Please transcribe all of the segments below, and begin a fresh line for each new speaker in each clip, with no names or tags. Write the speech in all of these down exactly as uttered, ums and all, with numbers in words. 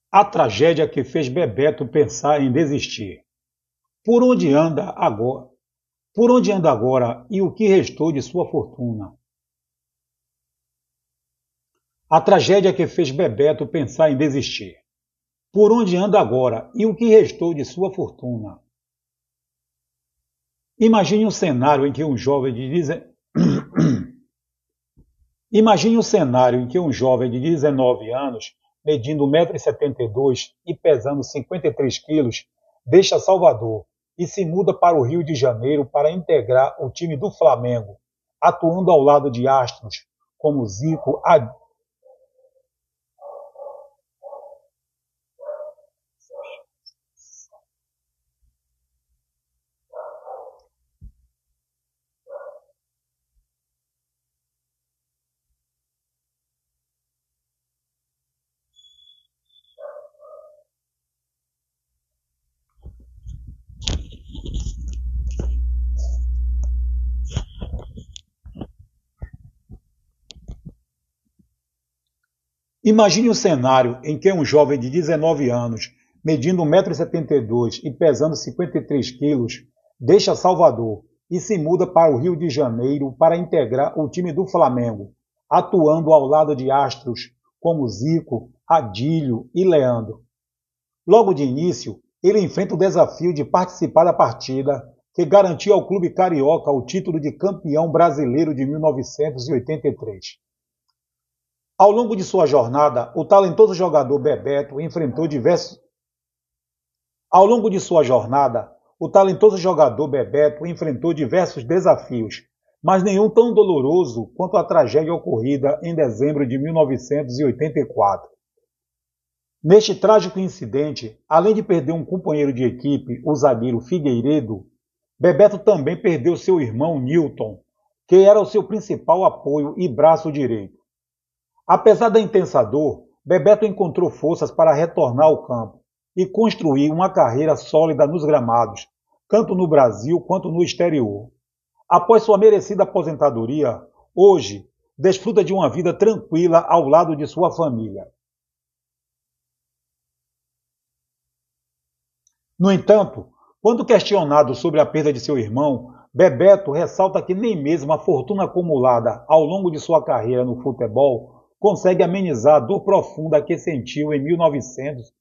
A tragédia que fez Bebeto pensar em desistir. Por onde anda agora? Por onde anda agora e o que restou de sua fortuna? A tragédia que fez Bebeto pensar em desistir. Por onde anda agora e o que restou de sua fortuna? Imagine um cenário em que um jovem de deze- Imagine um cenário em que um jovem de dezenove anos, medindo um metro e setenta e dois e pesando cinquenta e três quilos, deixa Salvador e se muda para o Rio de Janeiro para integrar o time do Flamengo, atuando ao lado de astros como Zico, Ad... Imagine um cenário em que um jovem de dezenove anos, medindo um metro e setenta e dois e pesando cinquenta e três quilos, deixa Salvador e se muda para o Rio de Janeiro para integrar o time do Flamengo, atuando ao lado de astros como Zico, Adílio e Leandro. Logo de início, ele enfrenta o desafio de participar da partida que garantiu ao clube carioca o título de campeão brasileiro de mil novecentos e oitenta e três. Ao longo de sua jornada, o talentoso jogador Bebeto enfrentou diversos Ao longo de sua jornada, o talentoso jogador Bebeto enfrentou diversos desafios, mas nenhum tão doloroso quanto a tragédia ocorrida em dezembro de mil novecentos e oitenta e quatro. Neste trágico incidente, além de perder um companheiro de equipe, o zagueiro Figueiredo, Bebeto também perdeu seu irmão Newton, que era o seu principal apoio e braço direito. Apesar da intensa dor, Bebeto encontrou forças para retornar ao campo e construir uma carreira sólida nos gramados, tanto no Brasil quanto no exterior. Após sua merecida aposentadoria, hoje desfruta de uma vida tranquila ao lado de sua família. No entanto, quando questionado sobre a perda de seu irmão, Bebeto ressalta que nem mesmo a fortuna acumulada ao longo de sua carreira no futebol consegue amenizar a dor profunda que sentiu em mil e novecentos.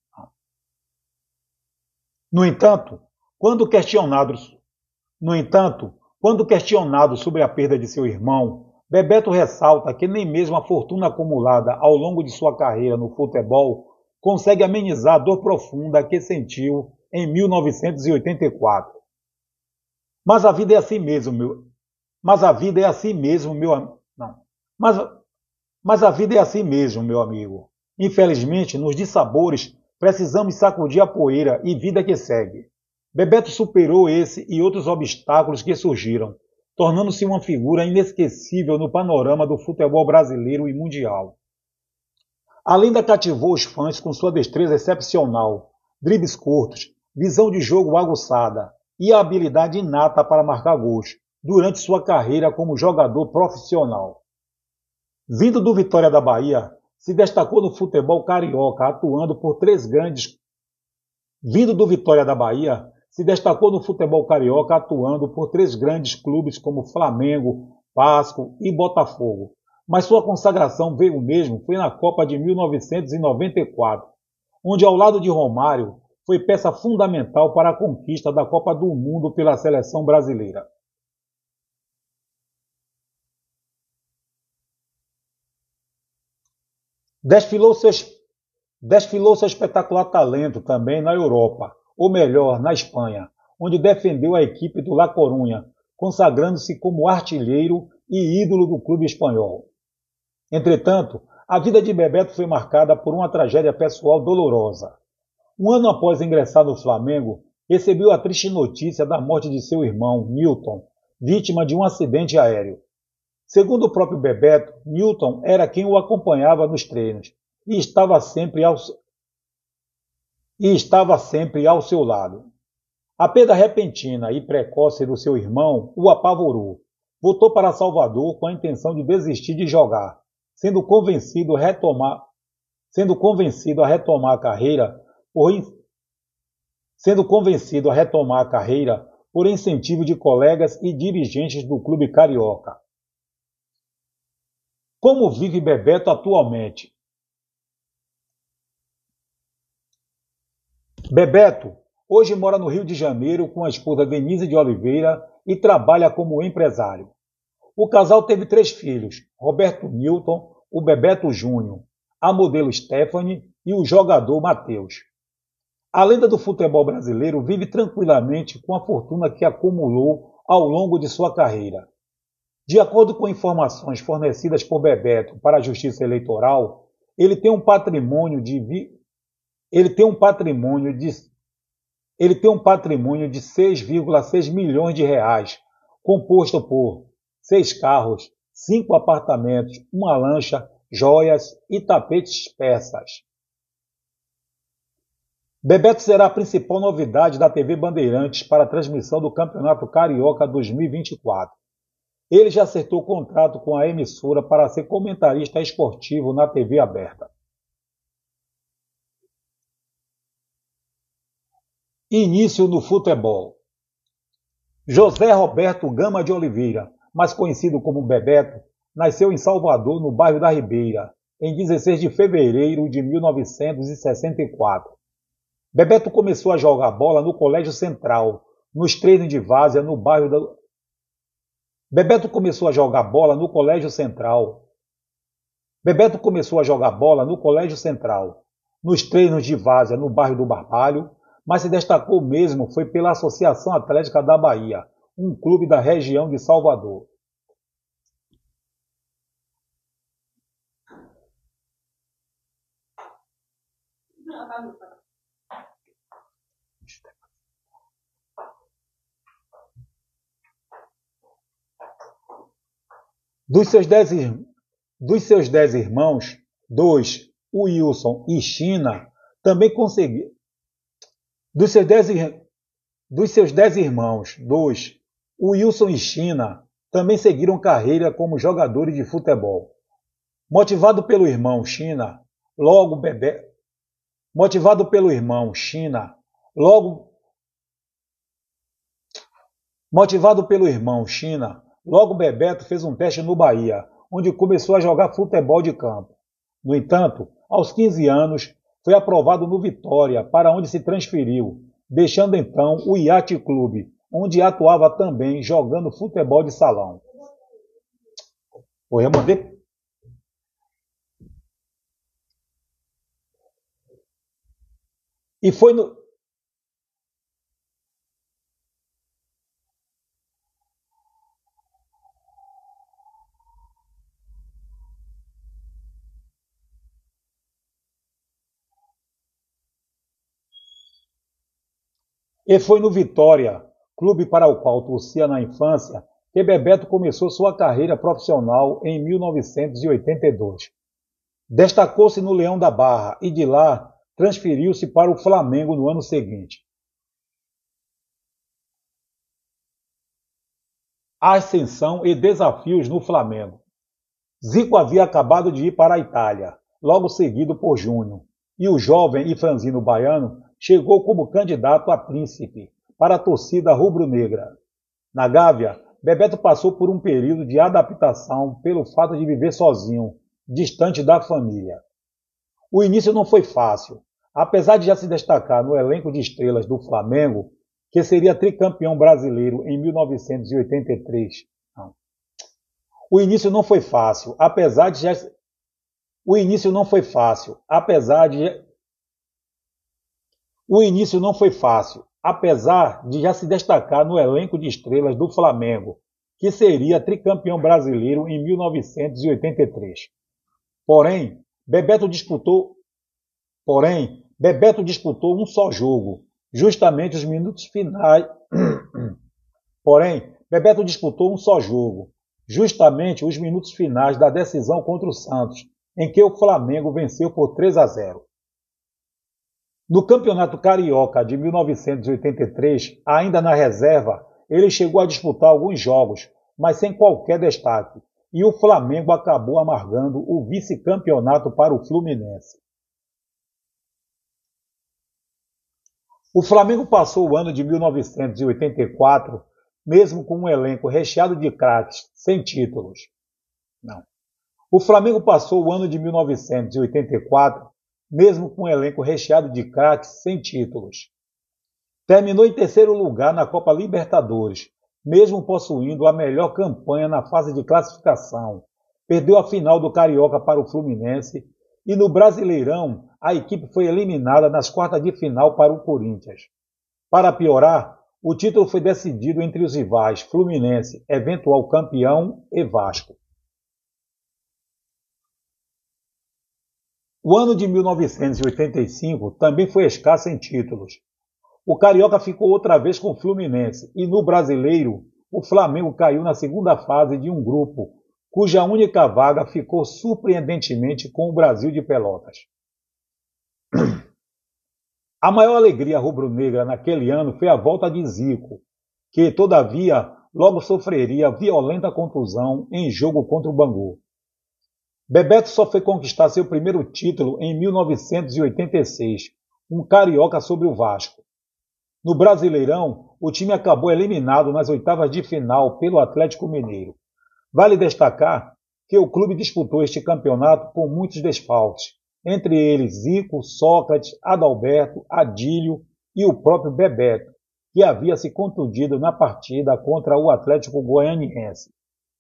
No entanto, quando questionado, no entanto, quando questionado sobre a perda de seu irmão, Bebeto ressalta que nem mesmo a fortuna acumulada ao longo de sua carreira no futebol consegue amenizar a dor profunda que sentiu em mil novecentos e oitenta e quatro. Mas a vida é assim mesmo, meu. Mas a vida é assim mesmo, meu. Não. Mas, mas a vida é assim mesmo, meu amigo. Infelizmente, nos dissabores, precisamos sacudir a poeira e vida que segue. Bebeto superou esse e outros obstáculos que surgiram, tornando-se uma figura inesquecível no panorama do futebol brasileiro e mundial. A lenda cativou os fãs com sua destreza excepcional, dribles curtos, visão de jogo aguçada e a habilidade inata para marcar gols durante sua carreira como jogador profissional. Vindo do Vitória da Bahia, se destacou no futebol carioca, atuando por três grandes. Vindo do Vitória da Bahia, se destacou no futebol carioca, atuando por três grandes clubes como Flamengo, Vasco e Botafogo. Mas sua consagração veio mesmo foi na Copa de mil novecentos e noventa e quatro, onde ao lado de Romário foi peça fundamental para a conquista da Copa do Mundo pela seleção brasileira. Desfilou seu, desfilou seu espetacular talento também na Europa, ou melhor, na Espanha, onde defendeu a equipe do La Coruña, consagrando-se como artilheiro e ídolo do clube espanhol. Entretanto, a vida de Bebeto foi marcada por uma tragédia pessoal dolorosa. Um ano após ingressar no Flamengo, recebeu a triste notícia da morte de seu irmão, Newton, vítima de um acidente aéreo. Segundo o próprio Bebeto, Newton era quem o acompanhava nos treinos e estava sempre ao, e estava sempre ao seu lado. A perda repentina e precoce do seu irmão o apavorou. Voltou para Salvador com a intenção de desistir de jogar, sendo convencido retomar sendo convencido a retomar a carreira por, sendo convencido a retomar a carreira por incentivo de colegas e dirigentes do clube carioca. Como vive Bebeto atualmente? Bebeto hoje mora no Rio de Janeiro com a esposa Denise de Oliveira e trabalha como empresário. O casal teve três filhos, Roberto Newton, o Bebeto Júnior, a modelo Stephanie e o jogador Matheus. A lenda do futebol brasileiro vive tranquilamente com a fortuna que acumulou ao longo de sua carreira. De acordo com informações fornecidas por Bebeto para a Justiça Eleitoral, ele tem um patrimônio de vi... ele tem um patrimônio de ele tem um patrimônio de seis vírgula seis milhões de reais, composto por seis carros, cinco apartamentos, uma lancha, joias e tapetes persas. Bebeto será a principal novidade da T V Bandeirantes para a transmissão do Campeonato Carioca dois mil e vinte e quatro. Ele já acertou contrato com a emissora para ser comentarista esportivo na T V aberta. Início no futebol. José Roberto Gama de Oliveira, mais conhecido como Bebeto, nasceu em Salvador, no bairro da Ribeira, em dezesseis de fevereiro de mil novecentos e sessenta e quatro. Bebeto começou a jogar bola no Colégio Central, nos treinos de várzea no bairro da Bebeto começou a jogar bola no Colégio Central. Bebeto começou a jogar bola no Colégio Central, nos treinos de várzea no bairro do Barbalho, mas se destacou mesmo foi pela Associação Atlética da Bahia, um clube da região de Salvador. Dos seus dez, dos seus dez irmãos, dois, o Wilson e China, também conseguiram. Dos seus dez, dos seus dez irmãos, dois, o Wilson e China, também seguiram carreira como jogadores de futebol. Motivado pelo irmão China, logo Bebeto, motivado pelo irmão China, logo motivado pelo irmão China, logo Bebeto fez um teste no Bahia, onde começou a jogar futebol de campo. No entanto, aos quinze anos, foi aprovado no Vitória, para onde se transferiu, deixando então o Yacht Clube, onde atuava também jogando futebol de salão. Oi, eu mandei... E foi no... E foi no Vitória, clube para o qual torcia na infância, que Bebeto começou sua carreira profissional em mil novecentos e oitenta e dois. Destacou-se no Leão da Barra e de lá transferiu-se para o Flamengo no ano seguinte. Ascensão e desafios no Flamengo. Zico havia acabado de ir para a Itália, logo seguido por Júnior, e o jovem e franzino baiano chegou como candidato a príncipe para a torcida rubro-negra. Na Gávea, Bebeto passou por um período de adaptação pelo fato de viver sozinho, distante da família. O início não foi fácil, apesar de já se destacar no elenco de estrelas do Flamengo, que seria tricampeão brasileiro em mil novecentos e oitenta e três. Não. O início não foi fácil, apesar de já... O início não foi fácil, apesar de... O início não foi fácil, apesar de já se destacar no elenco de estrelas do Flamengo, que seria tricampeão brasileiro em mil novecentos e oitenta e três. Porém, Bebeto disputou, porém, Bebeto disputou um só jogo, justamente os minutos finais. Porém, Bebeto disputou um só jogo, justamente os minutos finais da decisão contra o Santos, em que o Flamengo venceu por três a zero. No Campeonato Carioca de mil novecentos e oitenta e três, ainda na reserva, ele chegou a disputar alguns jogos, mas sem qualquer destaque, e o Flamengo acabou amargando o vice-campeonato para o Fluminense. O Flamengo passou o ano de mil novecentos e oitenta e quatro, mesmo com um elenco recheado de craques, sem títulos. Não. O Flamengo passou o ano de mil novecentos e oitenta e quatro, mesmo com um elenco recheado de craques, sem títulos. Terminou em terceiro lugar na Copa Libertadores, mesmo possuindo a melhor campanha na fase de classificação. Perdeu a final do Carioca para o Fluminense e no Brasileirão a equipe foi eliminada nas quartas de final para o Corinthians. Para piorar, o título foi decidido entre os rivais Fluminense, eventual campeão, e Vasco. O ano de mil novecentos e oitenta e cinco também foi escasso em títulos. O Carioca ficou outra vez com o Fluminense e no Brasileiro o Flamengo caiu na segunda fase de um grupo, cuja única vaga ficou surpreendentemente com o Brasil de Pelotas. A maior alegria rubro-negra naquele ano foi a volta de Zico, que, todavia, logo sofreria violenta contusão em jogo contra o Bangu. Bebeto só foi conquistar seu primeiro título em mil novecentos e oitenta e seis, um Carioca sobre o Vasco. No Brasileirão, o time acabou eliminado nas oitavas de final pelo Atlético Mineiro. Vale destacar que o clube disputou este campeonato com muitos desfalques, entre eles Zico, Sócrates, Adalberto, Adílio e o próprio Bebeto, que havia se contundido na partida contra o Atlético Goianiense.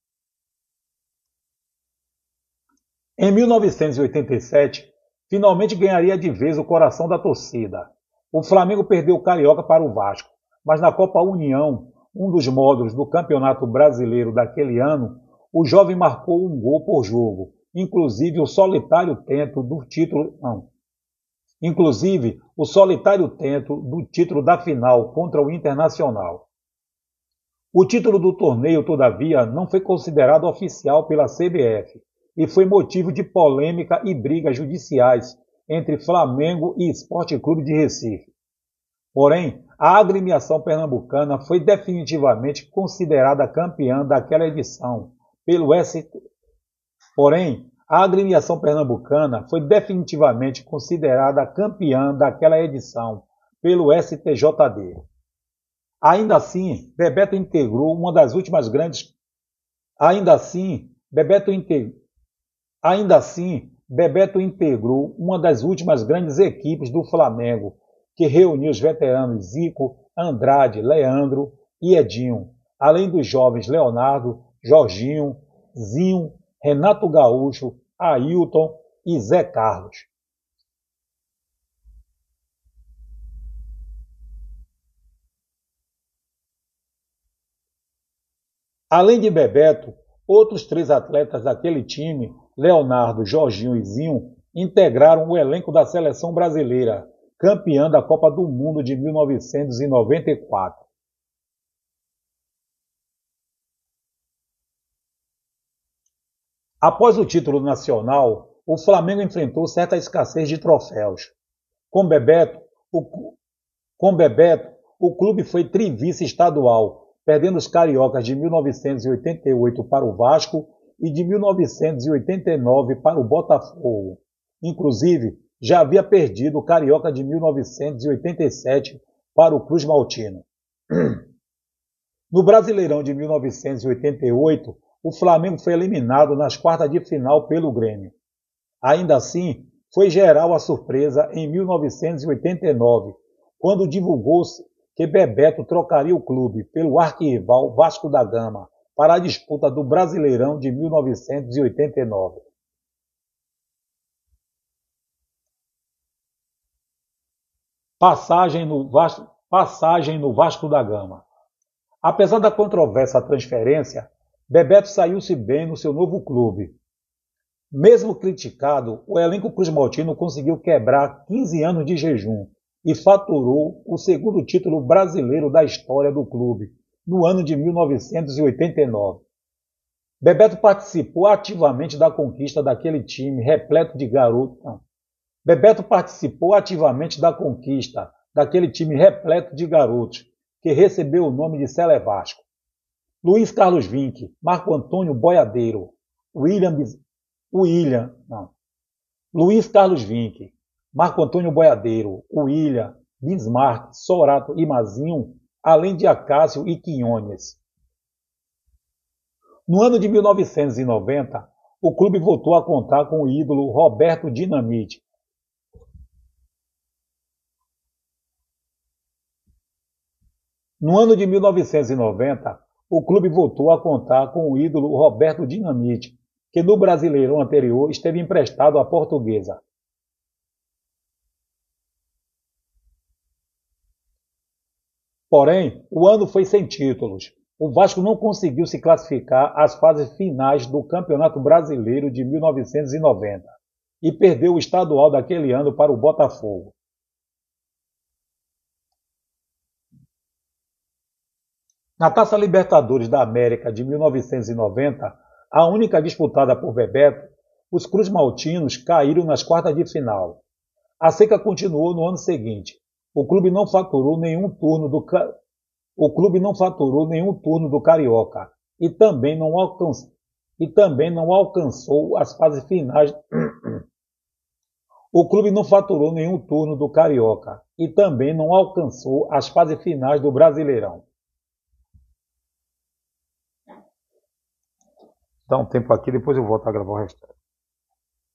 Em mil novecentos e oitenta e sete, finalmente ganharia de vez o coração da torcida. O Flamengo perdeu o Carioca para o Vasco, mas na Copa União, um dos módulos do Campeonato Brasileiro daquele ano, o jovem marcou um gol por jogo, inclusive o solitário tento do título, não. Inclusive o solitário tento do título da final contra o Internacional. O título do torneio, todavia, não foi considerado oficial pela C B F e foi motivo de polêmica e brigas judiciais entre Flamengo e Sport Clube de Recife. Porém, a agremiação pernambucana foi definitivamente considerada campeã daquela edição pelo S T. Porém, a agremiação pernambucana foi definitivamente considerada campeã daquela edição pelo S T J D. Ainda assim, Bebeto integrou uma das últimas grandes. Ainda assim, Bebeto integrou. Ainda assim, Bebeto integrou uma das últimas grandes equipes do Flamengo, que reuniu os veteranos Zico, Andrade, Leandro e Edinho, além dos jovens Leonardo, Jorginho, Zinho, Renato Gaúcho, Ailton e Zé Carlos. Além de Bebeto, outros três atletas daquele time, Leonardo, Jorginho e Zinho, integraram o elenco da seleção brasileira, campeã da Copa do Mundo de mil novecentos e noventa e quatro. Após o título nacional, o Flamengo enfrentou certa escassez de troféus. Com Bebeto, o, com Bebeto, o clube foi trivice estadual, perdendo os cariocas de mil novecentos e oitenta e oito para o Vasco e de mil novecentos e oitenta e nove para o Botafogo. Inclusive, já havia perdido o Carioca de mil novecentos e oitenta e sete para o Cruz Maltino. No Brasileirão de mil novecentos e oitenta e oito, o Flamengo foi eliminado nas quartas de final pelo Grêmio. Ainda assim, foi geral a surpresa em mil novecentos e oitenta e nove, quando divulgou-se que Bebeto trocaria o clube pelo arquirrival Vasco da Gama para a disputa do Brasileirão de mil novecentos e oitenta e nove. Passagem no Vasco, passagem no Vasco da Gama. Apesar da controvérsia transferência, Bebeto saiu-se bem no seu novo clube. Mesmo criticado, o elenco cruzmaltino conseguiu quebrar quinze anos de jejum e faturou o segundo título brasileiro da história do clube, no ano de mil novecentos e oitenta e nove. Bebeto participou ativamente da conquista daquele time repleto de garotos. Não. Bebeto participou ativamente da conquista daquele time repleto de garotos, que recebeu o nome de Sele Vasco. Luiz Carlos Vinck, Marco Antônio Boiadeiro, William, William, não. Luiz Carlos Vinck, Marco Antônio Boiadeiro, William, Bismarck, Sorato e Mazinho, além de Acácio e Quinones. No ano de mil novecentos e noventa, o clube voltou a contar com o ídolo Roberto Dinamite. No ano de mil novecentos e noventa, o clube voltou a contar com o ídolo Roberto Dinamite, que no Brasileirão anterior esteve emprestado à Portuguesa. Porém, o ano foi sem títulos. O Vasco não conseguiu se classificar às fases finais do Campeonato Brasileiro de mil novecentos e noventa e perdeu o estadual daquele ano para o Botafogo. Na Taça Libertadores da América de mil novecentos e noventa, a única disputada por Bebeto, os Cruz-Maltinos caíram nas quartas de final. A seca continuou no ano seguinte. O clube não faturou nenhum turno do o clube não faturou nenhum turno do Carioca e também não alcançou e também não alcançou as fases finais. O clube não faturou nenhum turno do Carioca e também não alcançou as fases finais do Brasileirão. Dá um tempo aqui, depois eu volto a gravar o restante.